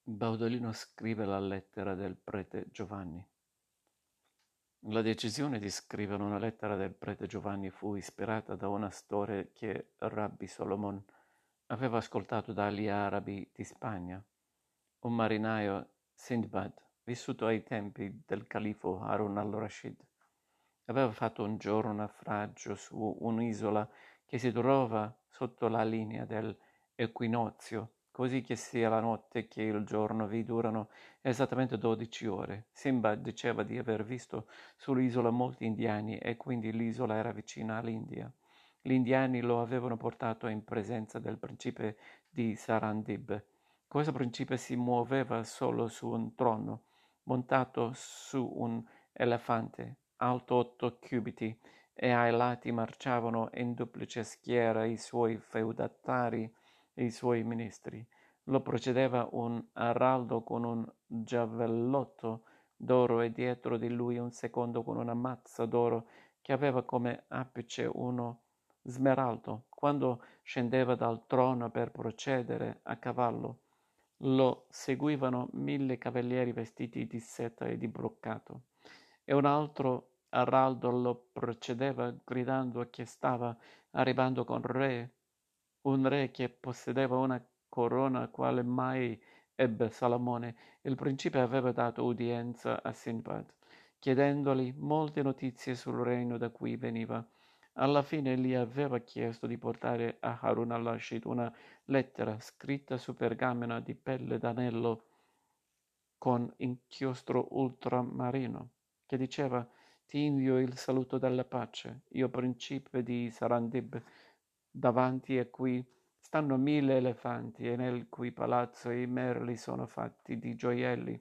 Baudolino scrive la lettera del prete Giovanni. La decisione di scrivere una lettera del prete Giovanni fu ispirata da una storia che Rabbi Solomon aveva ascoltato dagli arabi di Spagna. Un marinaio, Sindbad, vissuto ai tempi del califfo Harun al-Rashid, aveva fatto un giorno un naufragio su un'isola che si trova sotto la linea dell'equinozio, così che sia la notte che il giorno vi durano esattamente 12 ore. Simbad diceva di aver visto sull'isola molti indiani e quindi l'isola era vicina all'India. Gli indiani lo avevano portato in presenza del principe di Sarandib. Questo principe si muoveva solo su un trono, montato su un elefante, alto 8 cubiti, e ai lati marciavano in duplice schiera i suoi feudatari e i suoi ministri. Lo precedeva un araldo con un giavellotto d'oro e dietro di lui un secondo con una mazza d'oro che aveva come apice uno smeraldo. Quando scendeva dal trono per procedere a cavallo, lo seguivano 1000 cavalieri vestiti di seta e di broccato, e un altro araldo lo precedeva gridando che stava arrivando un re che possedeva una corona quale mai ebbe Salomone. Il principe aveva dato udienza a Sinbad, chiedendogli molte notizie sul regno da cui veniva. Alla fine gli aveva chiesto di portare a Harun al-Rashid una lettera scritta su pergamena di pelle d'anello con inchiostro ultramarino, che diceva: Ti invio il saluto della pace, io principe di Sarandib, davanti a cui stanno 1000 elefanti e nel cui palazzo i merli sono fatti di gioielli.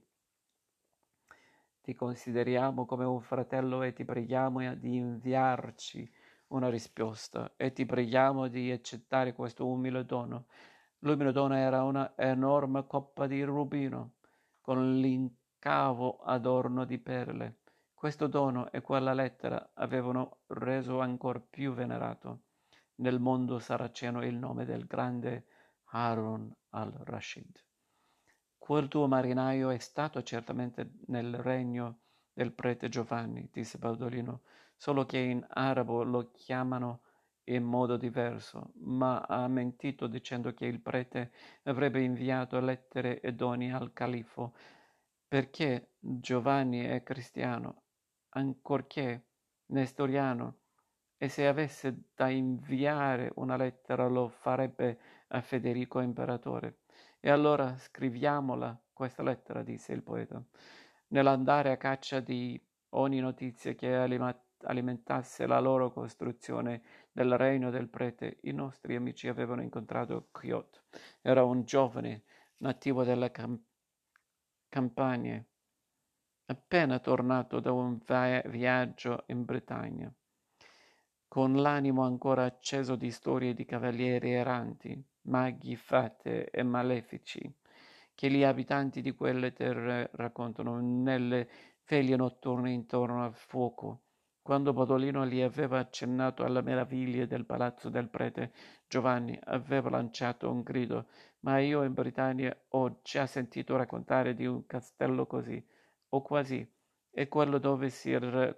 Ti consideriamo come un fratello e ti preghiamo di inviarci una risposta e ti preghiamo di accettare questo umile dono. L'umile dono era una enorme coppa di rubino con l'incavo adorno di perle. Questo dono e quella lettera avevano reso ancor più venerato nel mondo saraceno il nome del grande Harun al-Rashid. Quel tuo marinaio è stato certamente nel regno del prete Giovanni, disse Baudolino, solo che in arabo lo chiamano in modo diverso, ma ha mentito dicendo che il prete avrebbe inviato lettere e doni al califfo, perché Giovanni è cristiano, ancorché nestoriano, e se avesse da inviare una lettera lo farebbe a Federico imperatore. E allora scriviamola questa lettera, disse il poeta, nell'andare a caccia di ogni notizia che alimentasse la loro costruzione del regno del prete. I nostri amici avevano incontrato Chiot. Era un giovane nativo della campagna, appena tornato da un viaggio in Bretagna, con l'animo ancora acceso di storie di cavalieri erranti, maghi, fate e malefici, che gli abitanti di quelle terre raccontano nelle veglie notturne intorno al fuoco. Quando Bodolino gli aveva accennato alle meraviglie del palazzo del prete, Giovanni aveva lanciato un grido: Ma io in Britannia ho già sentito raccontare di un castello così, o quasi, è quello dove si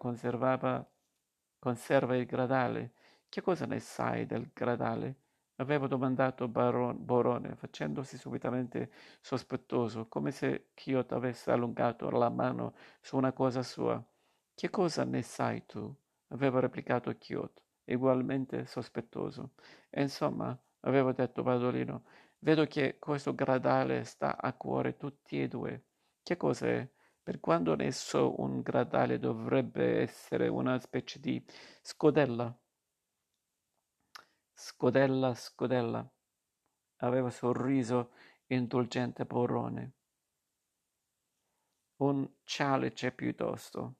conserva il gradale. Che cosa ne sai del gradale? Aveva domandato Borone, facendosi subitamente sospettoso, come se Chiot avesse allungato la mano su una cosa sua. Che cosa ne sai tu? Aveva replicato Chiot, ugualmente sospettoso. E insomma, aveva detto Badolino, vedo che questo gradale sta a cuore tutti e due. Che cos'è? Per quanto ne so, un gradale dovrebbe essere una specie di scodella. Scodella, scodella, aveva sorriso indulgente Borrone. Un cialice piuttosto.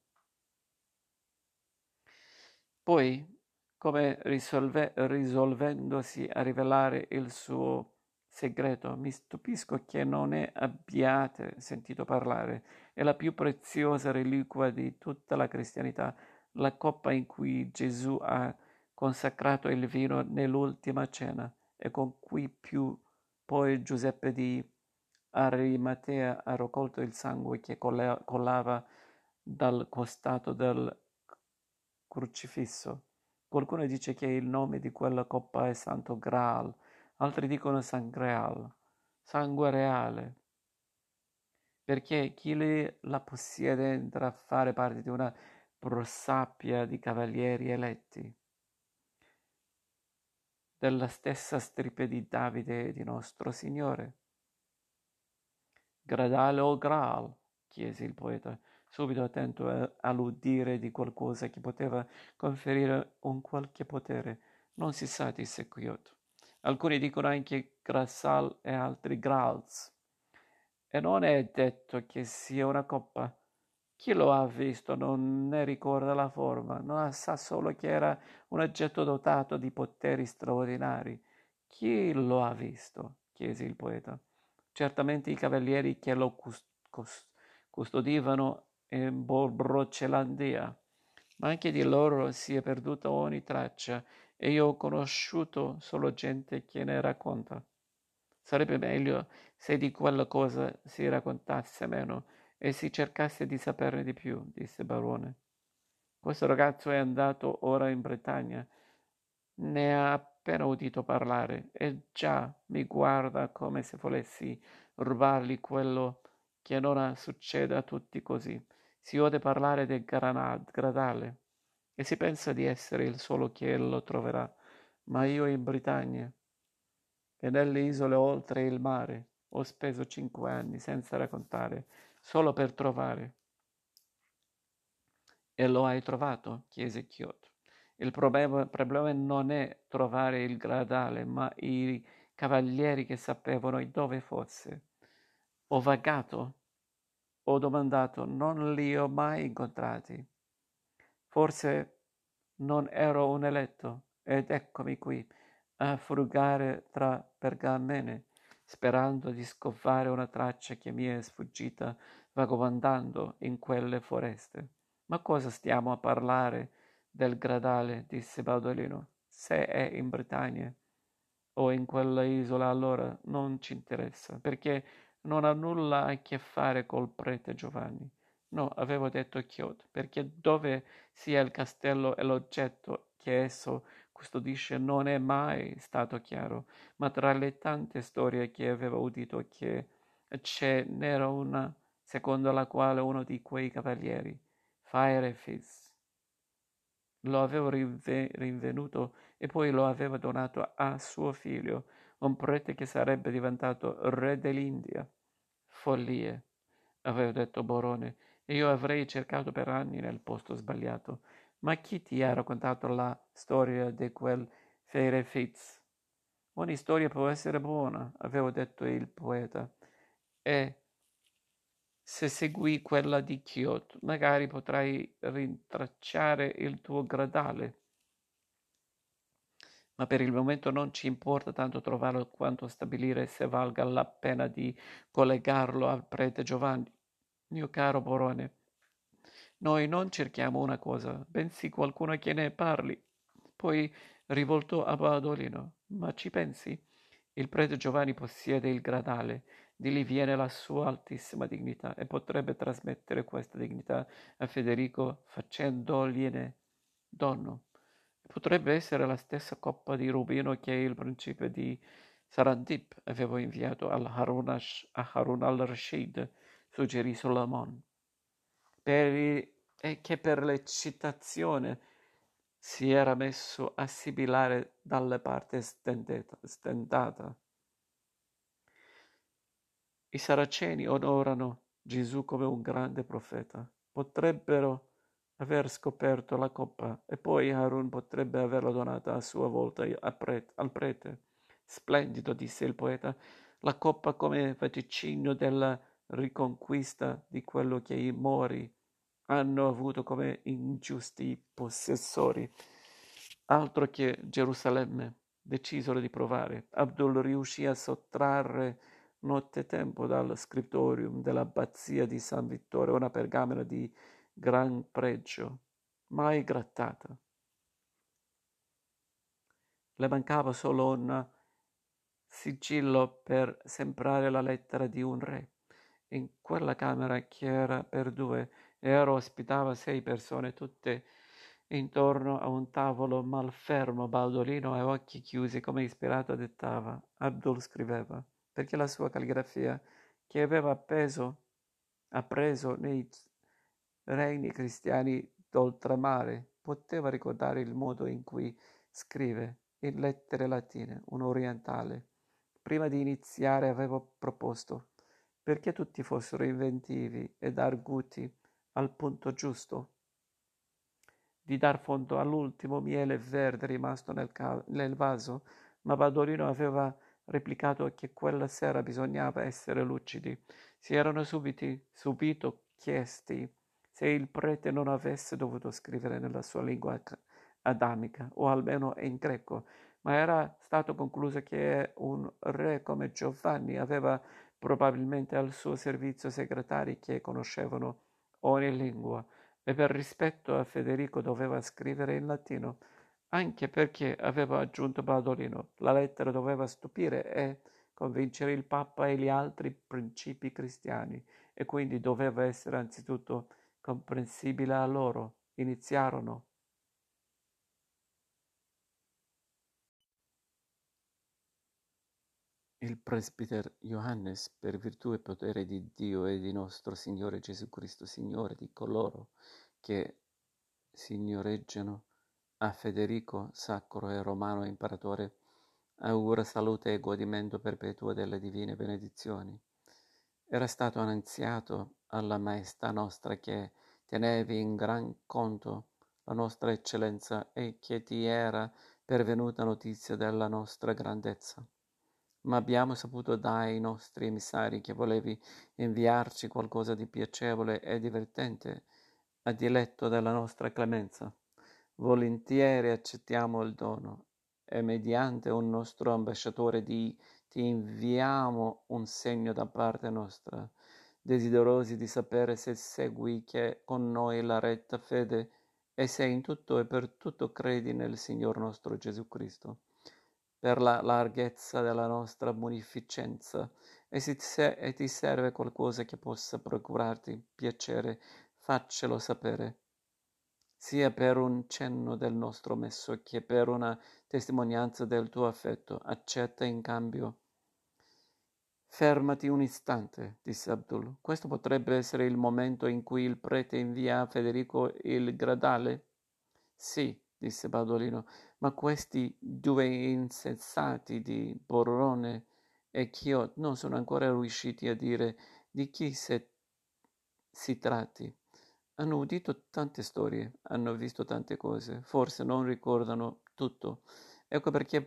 Poi, come risolvendosi a rivelare il suo segreto, mi stupisco che non ne abbiate sentito parlare. È la più preziosa reliquia di tutta la cristianità, la coppa in cui Gesù ha consacrato il vino nell'ultima cena e con cui più poi Giuseppe di Arimatea ha raccolto il sangue che colava dal costato del crocifisso. Qualcuno dice che il nome di quella coppa è Santo Graal, altri dicono San Graal, sangue reale, perché la possiede entra a fare parte di una prosappia di cavalieri eletti, della stessa stirpe di Davide e di nostro Signore. Gradale o Graal? Chiese il poeta, subito attento all'udire di qualcosa che poteva conferire un qualche potere. Non si sa, disse Quixote. Alcuni dicono anche Grassal e altri Graals. E non è detto che sia una coppa. Chi lo ha visto non ne ricorda la forma, sa solo che era un oggetto dotato di poteri straordinari. Chi lo ha visto? Chiese il poeta. Certamente i cavalieri che lo custodivano in Borbocelandia, ma anche di loro si è perduta ogni traccia e io ho conosciuto solo gente che ne racconta. Sarebbe meglio se di quella cosa si raccontasse meno e si cercasse di saperne di più, disse Barone. Questo ragazzo è andato ora in Bretagna. Ne ha appena udito parlare e già mi guarda come se volessi rubargli quello che non succede a tutti così. Si ode parlare del Gradale e si pensa di essere il solo che lo troverà, ma io in Britannia e nelle isole oltre il mare ho speso 5 anni senza raccontare, solo per trovare. E lo hai trovato? Chiese Kyoto. Il problema non è trovare il Gradale, ma i cavalieri che sapevano dove fosse. Ho vagato, ho domandato, non li ho mai incontrati. Forse non ero un eletto, ed eccomi qui a frugare tra pergamene, sperando di scovare una traccia che mi è sfuggita vagabondando in quelle foreste. Ma cosa stiamo a parlare del Gradale? Disse Baudolino. Se è in Britannia o in quella isola allora non ci interessa, perché non ha nulla a che fare col prete Giovanni. No, avevo detto Kyoto, perché dove sia il castello e l'oggetto che esso custodisce non è mai stato chiaro, ma tra le tante storie che avevo udito che ce n'era una secondo la quale uno di quei cavalieri, Fireface, lo aveva rinvenuto e poi lo aveva donato a suo figlio, un prete che sarebbe diventato re dell'India. Follie, aveva detto Borone, e io avrei cercato per anni nel posto sbagliato. Ma chi ti ha raccontato la storia di quel Fireface? Ogni storia può essere buona, aveva detto il poeta, e se segui quella di Kyoto, magari potrai rintracciare il tuo Gradale. Ma per il momento non ci importa tanto trovarlo quanto stabilire se valga la pena di collegarlo al prete Giovanni. Mio caro Borone, noi non cerchiamo una cosa, bensì qualcuno che ne parli. Poi rivoltò a Baudolino. Ma ci pensi? Il prete Giovanni possiede il Gradale, di lì viene la sua altissima dignità e potrebbe trasmettere questa dignità a Federico facendogliene dono. Potrebbe essere la stessa coppa di rubino che il principe di Sarandip aveva inviato a Harun al-Rashid, suggerì Solomon, e che per l'eccitazione si era messo a sibilare dalle parti stentata. I saraceni onorano Gesù come un grande profeta. Potrebbero aver scoperto la coppa e poi Harun potrebbe averla donata a sua volta al prete. Splendido, disse il poeta, la coppa come vaticino della riconquista di quello che i Mori hanno avuto come ingiusti possessori. Altro che Gerusalemme, decisero di provare. Abdul riuscì a sottrarre nottetempo dal scriptorium dell'abbazia di San Vittore una pergamena di gran pregio, mai grattata. Le mancava solo una sigillo per sembrare la lettera di un re. In quella camera, che era per due, ospitava 6 persone, tutte intorno a un tavolo malfermo. Baldolino, a occhi chiusi, come ispirato, dettava. Abdul scriveva, perché la sua calligrafia, che aveva appreso nei regni cristiani d'oltremare, poteva ricordare il modo in cui scrive in lettere latine, un orientale. Prima di iniziare avevo proposto, perché tutti fossero inventivi ed arguti al punto giusto, di dar fondo all'ultimo miele verde rimasto nel vaso, ma Badolino aveva replicato che quella sera bisognava essere lucidi. Si erano subito chiesti se il prete non avesse dovuto scrivere nella sua lingua adamica, o almeno in greco, ma era stato concluso che un re come Giovanni aveva probabilmente al suo servizio segretari che conoscevano ogni lingua, e per rispetto a Federico doveva scrivere in latino, anche perché, aveva aggiunto Baldolino, la lettera doveva stupire e convincere il Papa e gli altri principi cristiani, e quindi doveva essere anzitutto comprensibile a loro. Iniziarono. Il presbiter Johannes, per virtù e potere di Dio e di nostro Signore Gesù Cristo, Signore di coloro che signoreggiano, a Federico, sacro e romano imperatore, augura salute e godimento perpetuo delle divine benedizioni. Era stato annunziato alla maestà nostra che tenevi in gran conto la nostra eccellenza e che ti era pervenuta notizia della nostra grandezza. Ma abbiamo saputo dai nostri emissari che volevi inviarci qualcosa di piacevole e divertente a diletto della nostra clemenza. Volentieri accettiamo il dono e mediante un nostro ambasciatore ti inviamo un segno da parte nostra, desiderosi di sapere se segui che con noi la retta fede e se in tutto e per tutto credi nel Signor nostro Gesù Cristo, per la larghezza della nostra munificenza, e ti serve qualcosa che possa procurarti piacere, faccelo sapere, sia per un cenno del nostro messo che per una testimonianza del tuo affetto. Accetta in cambio. Fermati un istante, disse Abdul. Questo potrebbe essere il momento in cui il prete invia a Federico il gradale? Sì, disse Badolino, ma questi due insensati di Borrone e Chiot non sono ancora riusciti a dire di chi si tratti. Hanno udito tante storie, hanno visto tante cose, forse non ricordano tutto. Ecco perché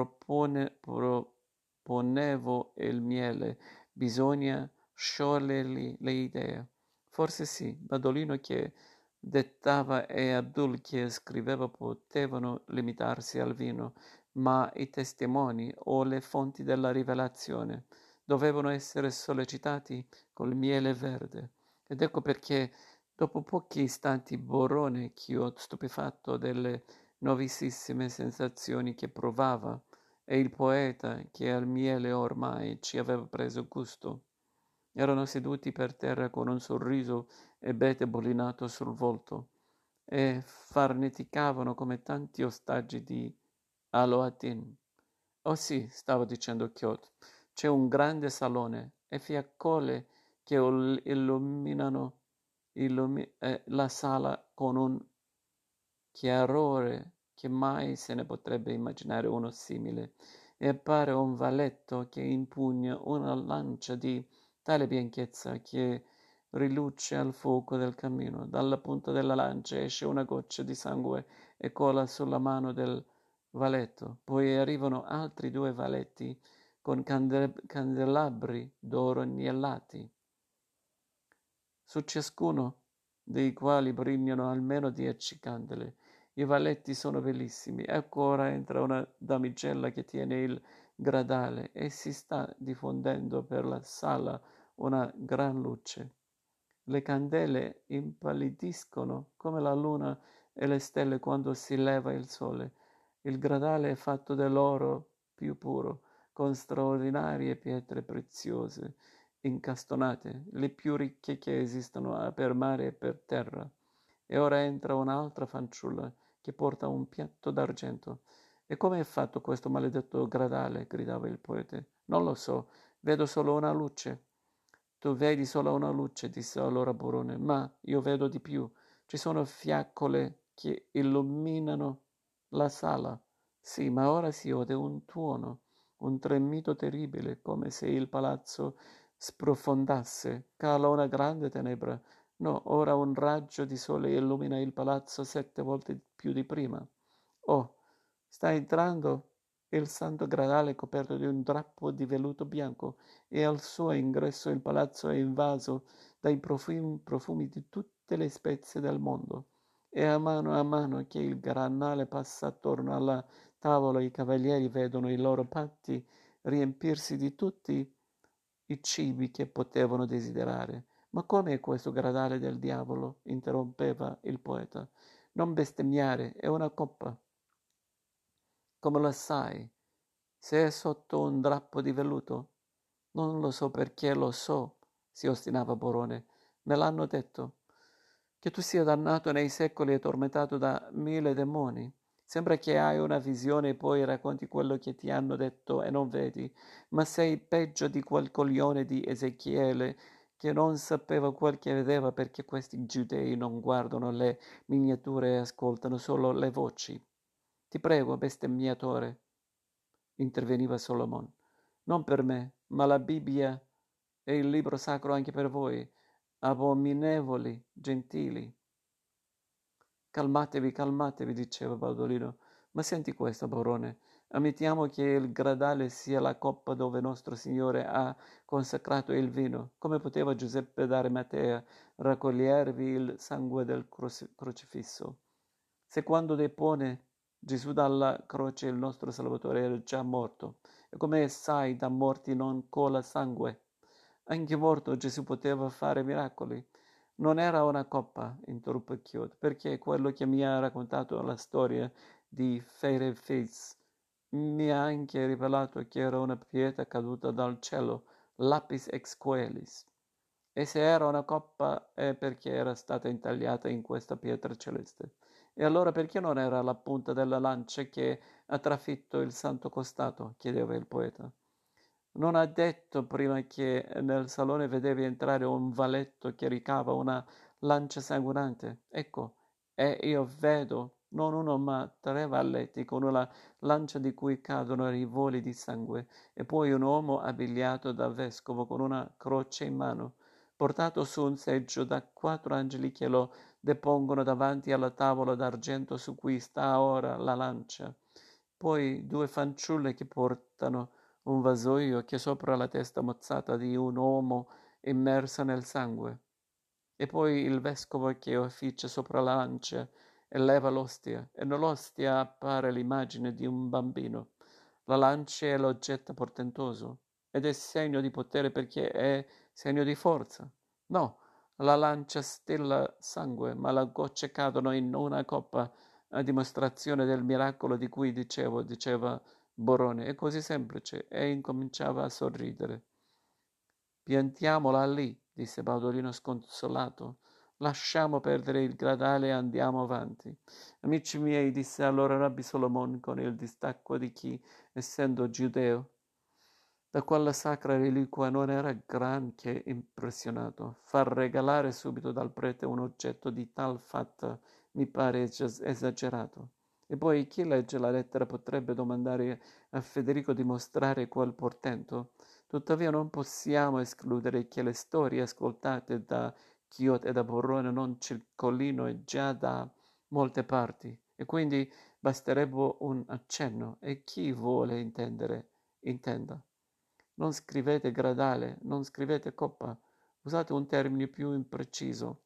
proponevo il miele. Bisogna sciogliergli le idee. Forse sì, Badolino che dettava e Abdul che scriveva potevano limitarsi al vino, ma i testimoni o le fonti della rivelazione dovevano essere sollecitati col miele verde. Ed ecco perché, dopo pochi istanti, Borrone, ch'io stupefatto delle novissime sensazioni che provava, e il poeta, che al miele ormai ci aveva preso gusto, erano seduti per terra con un sorriso ebete bollinato sul volto, e farneticavano come tanti ostaggi di Aloatin. Oh sì, stava dicendo Chiot, c'è un grande salone e fiaccole che illuminano la sala con un chiarore che mai se ne potrebbe immaginare uno simile, e appare un valetto che impugna una lancia di tale bianchezza che riluce al fuoco del camino. Dalla punta della lancia esce una goccia di sangue e cola sulla mano del valetto. Poi arrivano altri due valetti con candelabri d'oro agnellati, su ciascuno dei quali brillano almeno 10 candele. I valetti sono bellissimi. Ecco ora entra una damigella che tiene il gradale e si sta diffondendo per la sala una gran luce. Le candele impallidiscono come la luna e le stelle quando si leva il sole. Il gradale è fatto dell'oro più puro, con straordinarie pietre preziose, incastonate, le più ricche che esistono per mare e per terra. E ora entra un'altra fanciulla che porta un piatto d'argento. E come è fatto questo maledetto gradale? Gridava il poeta. Non lo so, vedo solo una luce. Tu vedi solo una luce, disse allora Burone, ma io vedo di più. Ci sono fiaccole che illuminano la sala. Sì, ma ora si ode un tuono, un tremito terribile, come se il palazzo sprofondasse. Cala una grande tenebra. No, ora un raggio di sole illumina il palazzo 7 volte più di prima. Oh, sta entrando il santo gradale coperto di un drappo di velluto bianco e al suo ingresso il palazzo è invaso dai profumi di tutte le spezie del mondo. E a mano che il granale passa attorno alla tavola, i cavalieri vedono i loro patti riempirsi di tutti i cibi che potevano desiderare. Ma come è questo gradale del diavolo? Interrompeva il poeta. Non bestemmiare, è una coppa. Come la sai? Se è sotto un drappo di velluto? Non lo so perché lo so, si ostinava Borone. Me l'hanno detto. Che tu sia dannato nei secoli e tormentato da 1000 demoni. Sembra che hai una visione e poi racconti quello che ti hanno detto e non vedi, ma sei peggio di quel coglione di Ezechiele che non sapeva quel che vedeva perché questi giudei non guardano le miniature e ascoltano solo le voci. Ti prego, bestemmiatore, interveniva Solomon. Non per me, ma la Bibbia è il libro sacro anche per voi, abominevoli, gentili. Calmatevi, diceva Baldolino. Ma senti questo, barone. Ammettiamo che il gradale sia la coppa dove nostro Signore ha consacrato il vino. Come poteva Giuseppe d'Arimatea raccogliervi il sangue del crocifisso? Se quando depone Gesù dalla croce il nostro Salvatore era già morto, e come sai da morti non cola sangue? Anche morto Gesù poteva fare miracoli. Non era una coppa, interruppe Chiod, perché quello che mi ha raccontato la storia di Fere Fez mi ha anche rivelato che era una pietra caduta dal cielo, lapis ex coelis. E se era una coppa è perché era stata intagliata in questa pietra celeste. E allora perché non era la punta della lancia che ha trafitto il santo costato? Chiedeva il poeta. Non ha detto prima che nel salone vedevi entrare un valetto che ricava una lancia sanguinante? Ecco, e io vedo non uno ma 3 valletti con una lancia di cui cadono rivoli di sangue, e poi un uomo abbigliato da vescovo con una croce in mano, portato su un seggio da 4 angeli che lo depongono davanti alla tavola d'argento su cui sta ora la lancia. Poi 2 fanciulle che portano un vasoio che sopra la testa mozzata di un uomo immersa nel sangue. E poi il vescovo che officia sopra la lancia e leva l'ostia, e nell'ostia appare l'immagine di un bambino. La lancia è l'oggetto portentoso, ed è segno di potere perché è segno di forza. No, la lancia stilla sangue, ma le gocce cadono in una coppa, a dimostrazione del miracolo di cui diceva Borone. È così semplice, e incominciava a sorridere. Piantiamola lì, disse Baudolino sconsolato. Lasciamo perdere il gradale e andiamo avanti. Amici miei, disse allora Rabbi Solomon con il distacco di chi, essendo giudeo, da quella sacra reliquia non era granché impressionato. Far regalare subito dal prete un oggetto di tal fatta mi pare esagerato. E poi chi legge la lettera potrebbe domandare a Federico di mostrare quel portento? Tuttavia non possiamo escludere che le storie ascoltate da Chiot e da Borrone non circolino già da molte parti, e quindi basterebbe un accenno, e chi vuole intendere, intenda. Non scrivete gradale, non scrivete coppa, usate un termine più impreciso.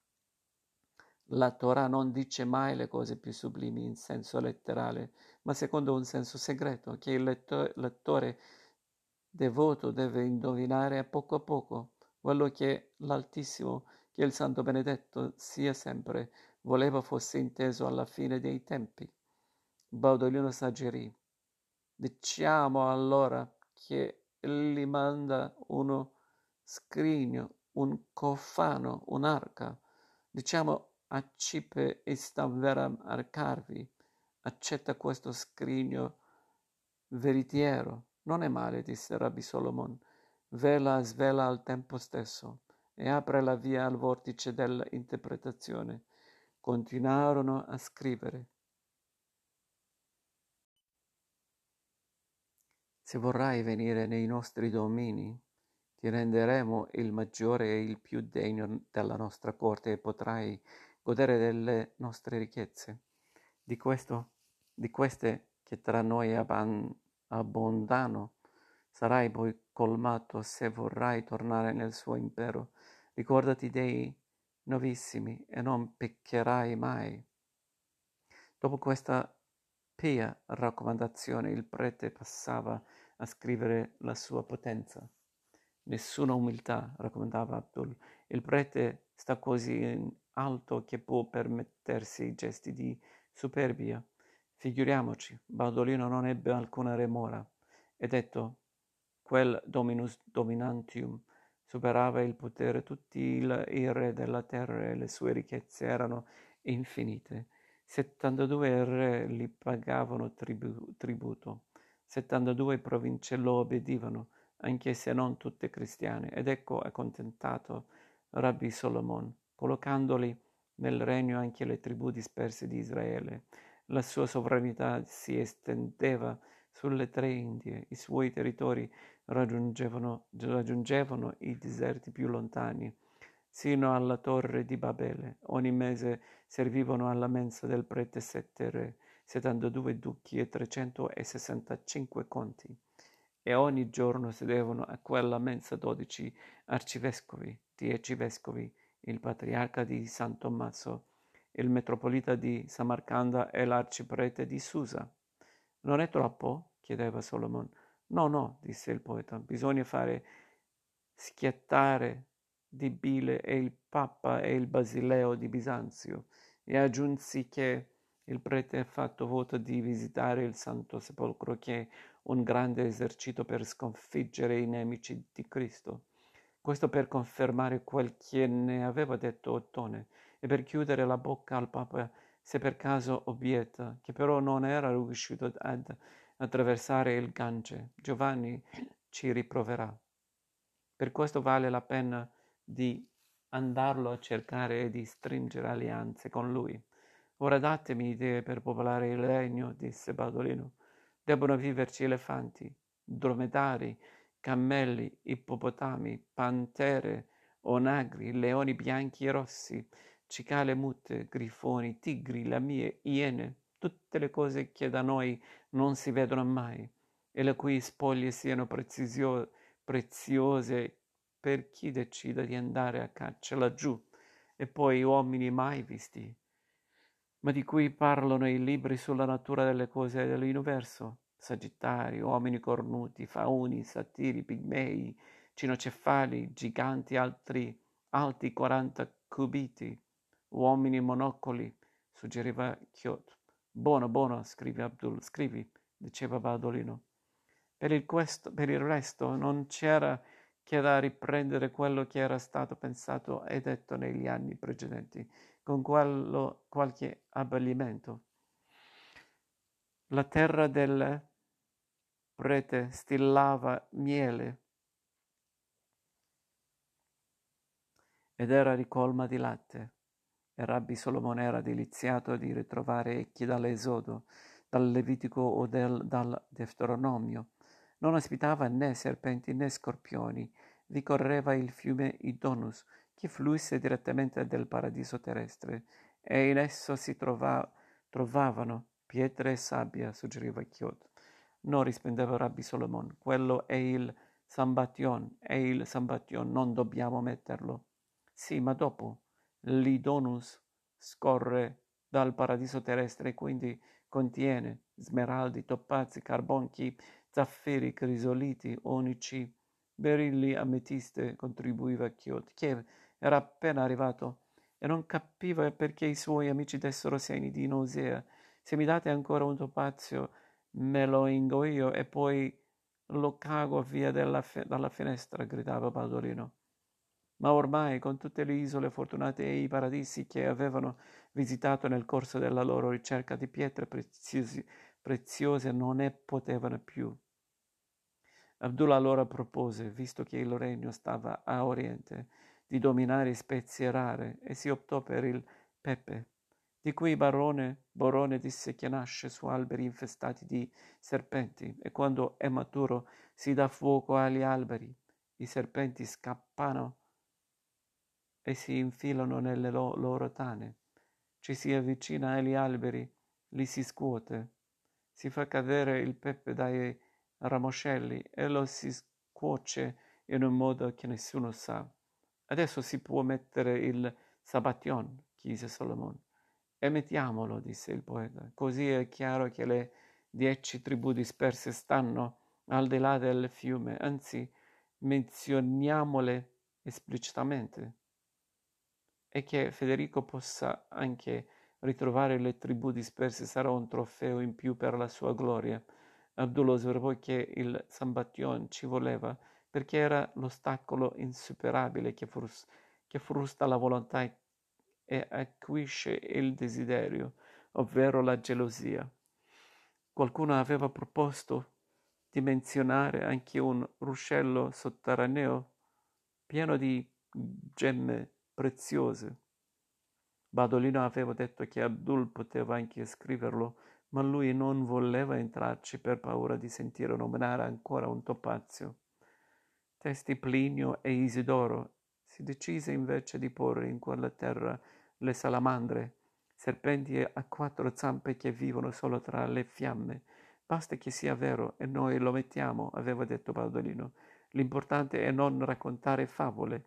La Torah non dice mai le cose più sublimi in senso letterale, ma secondo un senso segreto che il lettore devoto deve indovinare a poco, quello che l'Altissimo, che il Santo Benedetto sia sempre, voleva fosse inteso alla fine dei tempi. Baudolino s'aggerì. Diciamo allora che gli manda uno scrigno, un cofano, un'arca. Diciamo a Cipe e Stavvera Arcarvi, accetta questo scrigno veritiero. Non è male, disse Rabbi Solomon, vela e svela al tempo stesso e apre la via al vortice dell'interpretazione. Continuarono a scrivere. Se vorrai venire nei nostri domini, ti renderemo il maggiore e il più degno della nostra corte e potrai godere delle nostre ricchezze. Di queste che tra noi abbondano, sarai poi colmato se vorrai tornare nel suo impero. Ricordati dei novissimi e non peccherai mai. Dopo questa pia raccomandazione il prete passava a scrivere la sua potenza. Nessuna umiltà, raccomandava Abdul. Il prete sta così in alto che può permettersi gesti di superbia. Figuriamoci, Baudolino non ebbe alcuna remora e detto, quel dominus dominantium superava il potere, tutti i re della terra e le sue ricchezze erano infinite. 72 re gli pagavano tributo, 72 province lo obbedivano, anche se non tutte cristiane, ed ecco accontentato Rabbi Solomon, collocandoli nel regno anche le tribù disperse di Israele. La sua sovranità si estendeva sulle 3 Indie, i suoi territori raggiungevano i deserti più lontani, sino alla torre di Babele. Ogni mese servivano alla mensa del prete 7 re, 72 duchi e 365 conti, e ogni giorno sedevano a quella mensa 12 arcivescovi, 10 vescovi, il patriarca di San Tommaso, il metropolita di Samarcanda e l'arciprete di Susa. Non è troppo? Chiedeva Solomon. No, no, disse il poeta, bisogna fare schiattare di bile e il Papa e il Basileo di Bisanzio, e aggiunsi che il prete ha fatto voto di visitare il Santo Sepolcro, che è un grande esercito per sconfiggere i nemici di Cristo. Questo per confermare quel che ne aveva detto Ottone e per chiudere la bocca al Papa se per caso obietta, che però non era riuscito ad attraversare il Gange. Giovanni ci riproverà. Per questo vale la pena di andarlo a cercare e di stringere alleanze con lui. Ora datemi idee per popolare il regno, disse Baudolino. Debbono viverci elefanti, dromedari, cammelli, ippopotami, pantere, onagri, leoni bianchi e rossi, cicale mute, grifoni, tigri, lamie, iene, tutte le cose che da noi non si vedono mai e le cui spoglie siano preziose per chi decida di andare a caccia laggiù, e poi uomini mai visti, ma di cui parlano i libri sulla natura delle cose dell'universo, sagittari, uomini cornuti, fauni, satiri, pigmei, cinocefali, giganti alti 40 cubiti, uomini monocoli, suggeriva Chiot. Buono, buono, scrivi Abdul, scrivi, diceva Badolino. Per il resto non c'era che da riprendere quello che era stato pensato e detto negli anni precedenti, con qualche abbellimento. La terra del prete stillava miele ed era ricolma di latte, e Rabbi Solomone era deliziato di ritrovare echi dall'Esodo, dal Levitico o dal Deuteronomio. Non ospitava né serpenti né scorpioni, vi correva il fiume Idonus, che fluisse direttamente del paradiso terrestre, e in esso si trovavano pietre e sabbia, suggeriva Chiot. No, rispondeva Rabbi Solomon, quello è il Sambation, non dobbiamo metterlo. Sì, ma dopo l'Idonus scorre dal paradiso terrestre e quindi contiene smeraldi, topazi, carbonchi, zaffiri, crisoliti, onici, berilli, ametiste, contribuiva Chiot, che era appena arrivato e non capiva perché i suoi amici dessero segni di nausea. Se mi date ancora un topazio, me lo ingoio e poi lo cago via dalla finestra, gridava Baldolino. Ma ormai, con tutte le isole fortunate e i paradisi che avevano visitato nel corso della loro ricerca di pietre preziose, non ne potevano più. Abdullah allora propose, visto che il regno stava a oriente, di dominare spezie rare e si optò per il pepe, di cui Borone disse che nasce su alberi infestati di serpenti e quando è maturo si dà fuoco agli alberi. I serpenti scappano e si infilano nelle loro tane. Ci si avvicina agli alberi, li si scuote, si fa cadere il pepe dai ramoscelli e lo si cuoce in un modo che nessuno sa. Adesso si può mettere il sabation, chiese Solomon. E mettiamolo, disse il poeta, così è chiaro che le 10 tribù disperse stanno al di là del fiume, anzi, menzioniamole esplicitamente e che Federico possa anche ritrovare le tribù disperse sarà un trofeo in più per la sua gloria. Abdullah osservò che il Sambation ci voleva perché era l'ostacolo insuperabile che frusta la volontà e acuisce il desiderio, ovvero la gelosia. Qualcuno aveva proposto di menzionare anche un ruscello sotterraneo pieno di gemme preziose. Badolino aveva detto che Abdul poteva anche scriverlo, ma lui non voleva entrarci per paura di sentire nominare ancora un topazio. Testi Plinio e Isidoro. Si decise invece di porre in quella terra le salamandre, serpenti a 4 zampe che vivono solo tra le fiamme. Basta che sia vero e noi lo mettiamo, aveva detto Badolino. L'importante è non raccontare favole.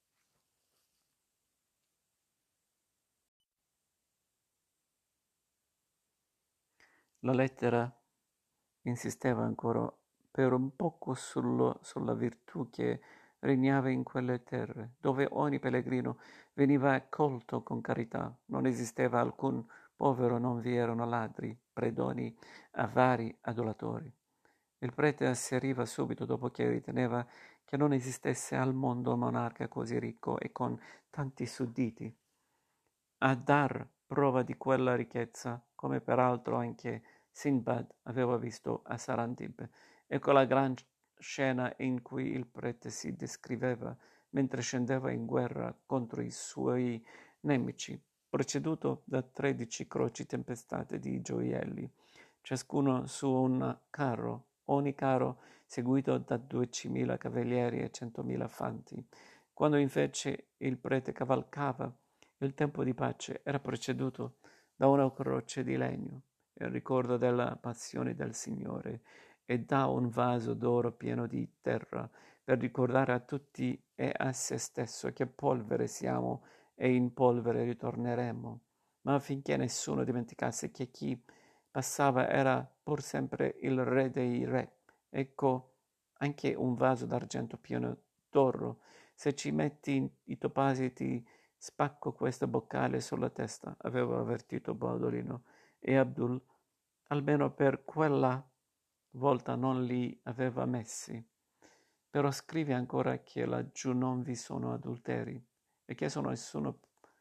La lettera insisteva ancora per un poco sulla virtù che regnava in quelle terre, dove ogni pellegrino veniva accolto con carità. Non esisteva alcun povero, non vi erano ladri, predoni, avari, adulatori. Il prete asseriva subito dopo che riteneva che non esistesse al mondo un monarca così ricco e con tanti sudditi. A dar prova di quella ricchezza, come peraltro anche Sinbad aveva visto a Sarandib, ecco la gran scena in cui il prete si descriveva mentre scendeva in guerra contro i suoi nemici, preceduto da 13 croci tempestate di gioielli, ciascuno su un carro, ogni carro seguito da 10.000 cavalieri e 100.000 fanti. Quando invece il prete cavalcava, il tempo di pace era preceduto da una croce di legno, il ricordo della passione del Signore, e da un vaso d'oro pieno di terra, per ricordare a tutti e a se stesso che polvere siamo e in polvere ritorneremo, ma affinché nessuno dimenticasse che chi passava era pur sempre il re dei re. Ecco anche un vaso d'argento pieno d'oro. Se ci metti i topasi ti spacco questo boccale sulla testa, aveva avvertito Baldolino, e Abdul, almeno per quella volta, non li aveva messi. Però scrivi ancora che laggiù non vi sono adulteri e che nessuno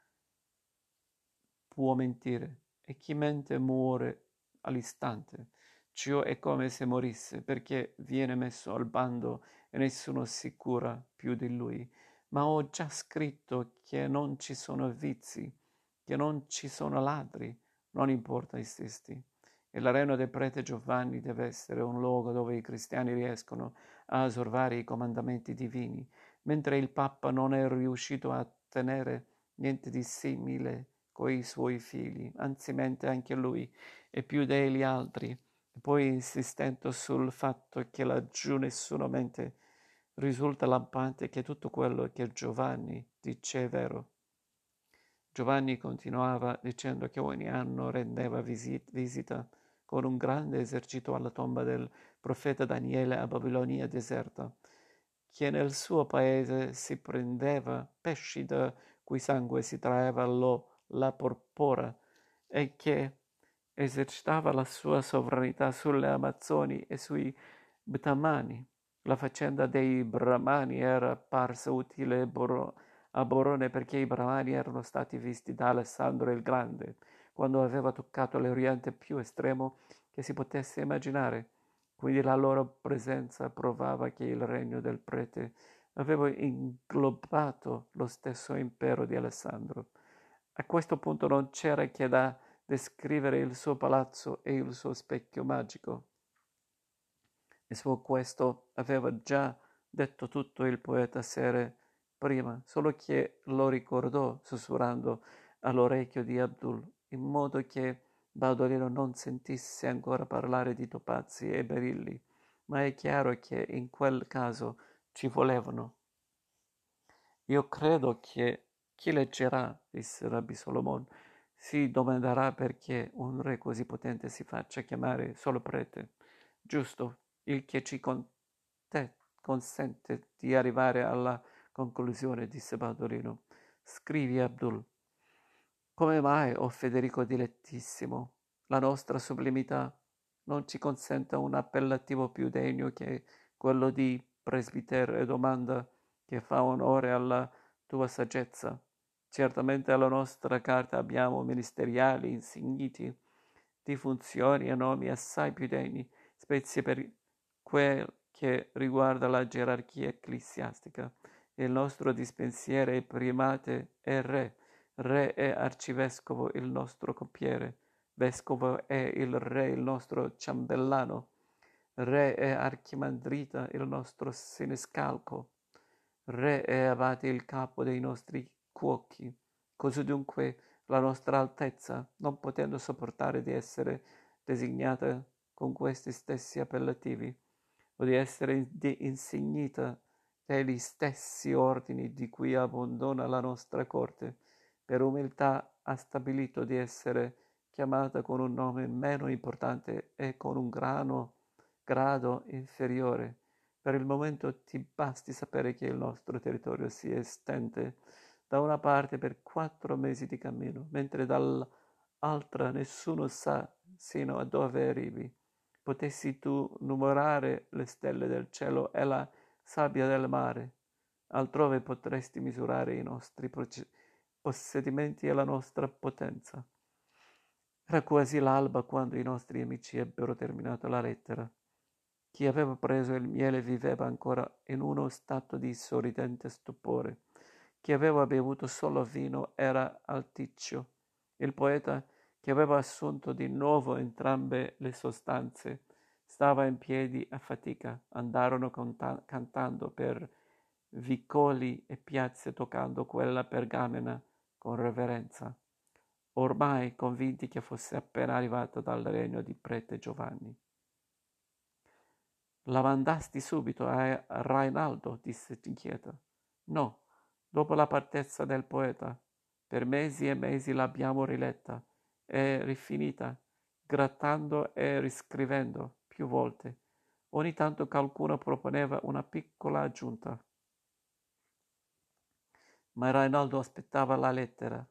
può mentire e chi mente muore all'istante. Ciò è come se morisse perché viene messo al bando e nessuno si cura più di lui. Ma ho già scritto che non ci sono vizi, che non ci sono ladri, non importa esisti. E l'arena del prete Giovanni deve essere un luogo dove i cristiani riescono a osservare i comandamenti divini, mentre il Papa non è riuscito a tenere niente di simile coi suoi figli, anzi mente anche lui e più degli altri, e poi insistendo sul fatto che laggiù nessuno mente, risulta lampante che tutto quello che Giovanni dice è vero. Giovanni continuava dicendo che ogni anno rendeva visita con un grande esercito alla tomba del profeta Daniele a Babilonia deserta, che nel suo paese si prendeva pesci da cui sangue si traeva la porpora e che esercitava la sua sovranità sulle Amazzoni e sui Btamani. La faccenda dei Brahmani era apparsa utile a Borone perché i Brahmani erano stati visti da Alessandro il Grande quando aveva toccato l'Oriente più estremo che si potesse immaginare. Quindi la loro presenza provava che il regno del prete aveva inglobato lo stesso impero di Alessandro. A questo punto non c'era che da descrivere il suo palazzo e il suo specchio magico. E su questo aveva già detto tutto il poeta Sere prima, solo che lo ricordò sussurrando all'orecchio di Abdul, in modo che Baudolino non sentisse ancora parlare di topazi e berilli, ma è chiaro che in quel caso ci volevano. Io credo che chi leggerà, disse Rabbi Solomon, si domanderà perché un re così potente si faccia chiamare solo prete. Giusto, il che ci consente di arrivare alla conclusione, disse Baudolino. Scrivi, Abdul. Come mai, o Federico dilettissimo, la nostra sublimità non ci consente un appellativo più degno che quello di presbiter e domanda che fa onore alla tua saggezza? Certamente alla nostra carta abbiamo ministeriali insigniti di funzioni e nomi assai più degni, specie per quel che riguarda la gerarchia ecclesiastica. Il nostro dispensiere e primate è re. Re e arcivescovo il nostro coppiere, vescovo è il re il nostro ciambellano, re e archimandrita il nostro siniscalco, re e abate il capo dei nostri cuochi. Così dunque la nostra altezza, non potendo sopportare di essere designata con questi stessi appellativi, o di essere insignita degli stessi ordini di cui abbandona la nostra corte, per umiltà ha stabilito di essere chiamata con un nome meno importante e con un grado inferiore. Per il momento ti basti sapere che il nostro territorio si estende da una parte per 4 mesi di cammino, mentre dall'altra nessuno sa sino a dove arrivi. Potessi tu numerare le stelle del cielo e la sabbia del mare, altrove potresti misurare i nostri possedimenti e la nostra potenza. Era quasi l'alba quando i nostri amici ebbero terminato la lettera. Chi aveva preso il miele viveva ancora in uno stato di sorridente stupore. Chi aveva bevuto solo vino era alticcio. Il poeta, che aveva assunto di nuovo entrambe le sostanze, stava in piedi a fatica. Andarono cantando per vicoli e piazze toccando quella pergamena con reverenza, ormai convinti che fosse appena arrivato dal regno di prete Giovanni. La mandasti subito a Rainaldo, disse inquieta. No, dopo la partenza del poeta. Per mesi e mesi l'abbiamo riletta e rifinita, grattando e riscrivendo più volte. Ogni tanto qualcuno proponeva una piccola aggiunta. Ma Rainaldo aspettava la lettera.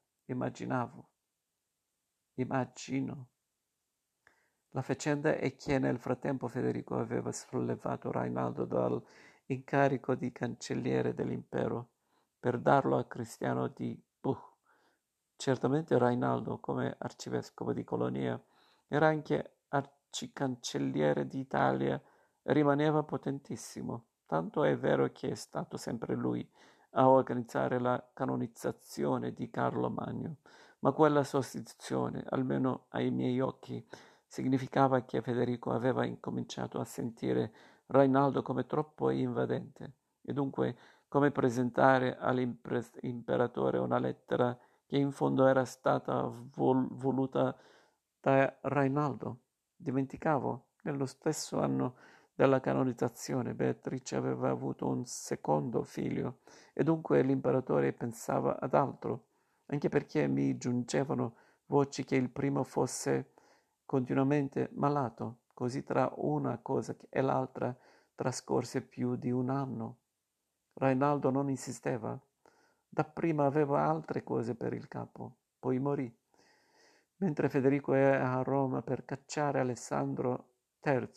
Immagino. La faccenda è che nel frattempo Federico aveva sollevato Rainaldo dall'incarico di cancelliere dell'impero per darlo a Cristiano di Buch. Certamente Rainaldo, come arcivescovo di Colonia, era anche arcicancelliere d'Italia e rimaneva potentissimo. Tanto è vero che è stato sempre lui a organizzare la canonizzazione di Carlo Magno, ma quella sostituzione, almeno ai miei occhi, significava che Federico aveva incominciato a sentire Rainaldo come troppo invadente e dunque come presentare all'imperatore una lettera che in fondo era stata voluta da Rainaldo. Dimenticavo, nello stesso anno della canonizzazione Beatrice aveva avuto un secondo figlio e dunque l'imperatore pensava ad altro, anche perché mi giungevano voci che il primo fosse continuamente malato, così tra una cosa e l'altra trascorse più di un anno. Rainaldo non insisteva. Dapprima aveva altre cose per il capo, poi morì. Mentre Federico è a Roma per cacciare Alessandro III,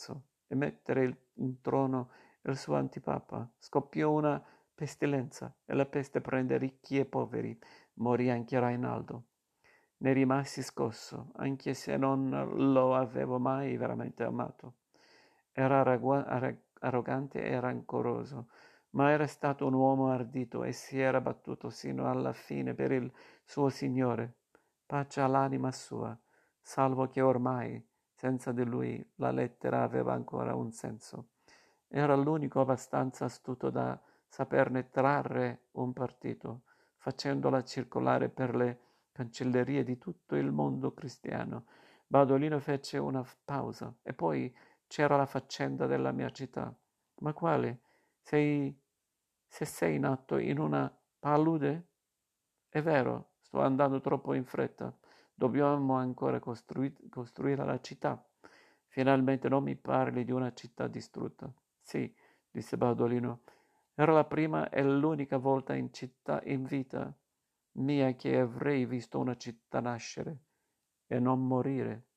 e mettere in trono il suo antipapa. Scoppiò una pestilenza e la peste prende ricchi e poveri. Morì anche Rainaldo. Ne rimasi scosso, anche se non lo avevo mai veramente amato. Era arrogante e rancoroso, ma era stato un uomo ardito e si era battuto sino alla fine per il suo Signore. Pace all'anima sua, salvo che ormai, senza di lui, la lettera aveva ancora un senso. Era l'unico abbastanza astuto da saperne trarre un partito, facendola circolare per le cancellerie di tutto il mondo cristiano. Badolino fece una pausa e poi c'era la faccenda della mia città. Ma quale? Sei, se sei nato in una palude? È vero, sto andando troppo in fretta. Dobbiamo ancora costruire la città. Finalmente non mi parli di una città distrutta. Sì, disse Badolino. Era la prima e l'unica volta in città in vita mia che avrei visto una città nascere e non morire.